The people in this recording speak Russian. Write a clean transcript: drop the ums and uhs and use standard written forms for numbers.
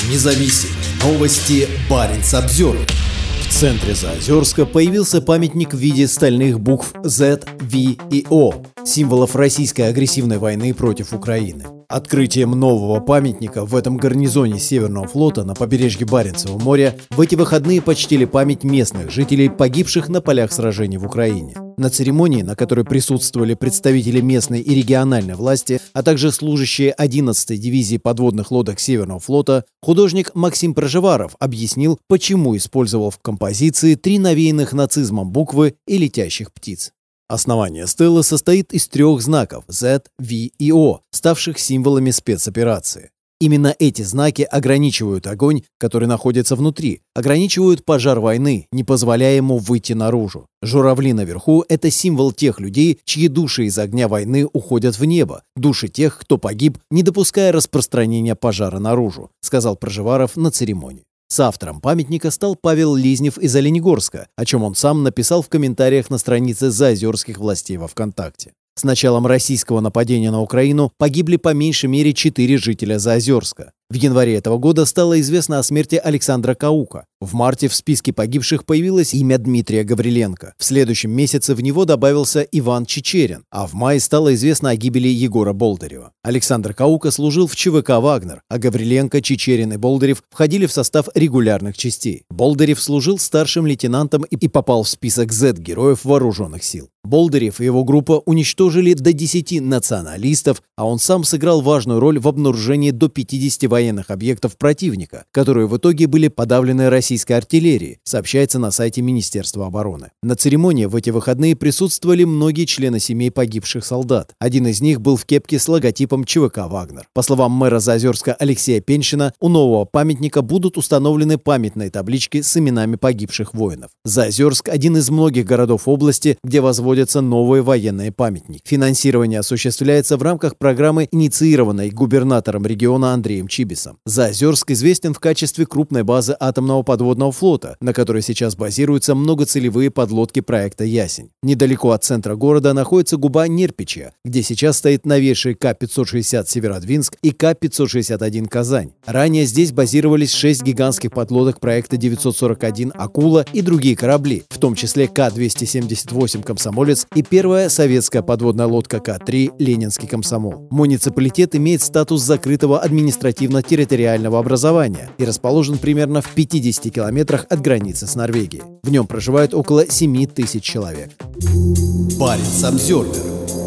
Независимые новости. Баренц-Обзервер. В центре Заозерска появился памятник в виде стальных букв Z, V и O, символов российской агрессивной войны против Украины. Открытием нового памятника в этом гарнизоне Северного флота на побережье Баренцева моря в эти выходные почтили память местных жителей, погибших на полях сражений в Украине. На церемонии, на которой присутствовали представители местной и региональной власти, а также служащие 11-й дивизии подводных лодок Северного флота, художник Максим Проживаров объяснил, почему использовал в композиции 3 навеянных нацизмом буквы и летящих птиц. Основание стелы состоит из 3 знаков Z, V и O, ставших символами спецоперации. Именно эти знаки ограничивают огонь, который находится внутри, ограничивают пожар войны, не позволяя ему выйти наружу. Журавли наверху – это символ тех людей, чьи души из огня войны уходят в небо, души тех, кто погиб, не допуская распространения пожара наружу, сказал Проживаров на церемонии. Соавтором памятника стал Павел Лизнев из Оленегорска, о чем он сам написал в комментариях на странице заозерских властей во ВКонтакте. С началом российского нападения на Украину погибли по меньшей мере 4 жителя Заозерска. В январе этого года стало известно о смерти Александра Каука. В марте в списке погибших появилось имя Дмитрия Гавриленко. В следующем месяце в него добавился Иван Чичерин, а в мае стало известно о гибели Егора Болдырева. Александр Каука служил в ЧВК «Вагнер», а Гавриленко, Чичерин и Болдырев входили в состав регулярных частей. Болдырев служил старшим лейтенантом и попал в список Z-героев вооруженных сил. Болдырев и его группа уничтожили до 10 националистов, а он сам сыграл важную роль в обнаружении до 50 военных объектов противника, которые в итоге были подавлены российской артиллерией, сообщается на сайте Министерства обороны. На церемонии в эти выходные присутствовали многие члены семей погибших солдат. Один из них был в кепке с логотипом ЧВК «Вагнер». По словам мэра Заозерска Алексея Пеншина, у нового памятника будут установлены памятные таблички с именами погибших воинов. Заозерск – один из многих городов области, где возводятся новые военные памятники. Финансирование осуществляется в рамках программы, инициированной губернатором региона Андреем Чибисом. Заозерск известен в качестве крупной базы атомного подводного флота, на которой сейчас базируются многоцелевые подлодки проекта «Ясень». Недалеко от центра города находится губа Нерпича, где сейчас стоит новейший К-560 «Северодвинск» и К-561 «Казань». Ранее здесь базировались 6 гигантских подлодок проекта 941 «Акула» и другие корабли, в том числе К-278 «Комсомолец» и первая советская подводная лодка К-3 «Ленинский комсомол». Муниципалитет имеет статус закрытого административно-территориального образования и расположен примерно в 50 километрах от границы с Норвегией. В нем проживает около 7 тысяч человек. Баренц-Обзервер.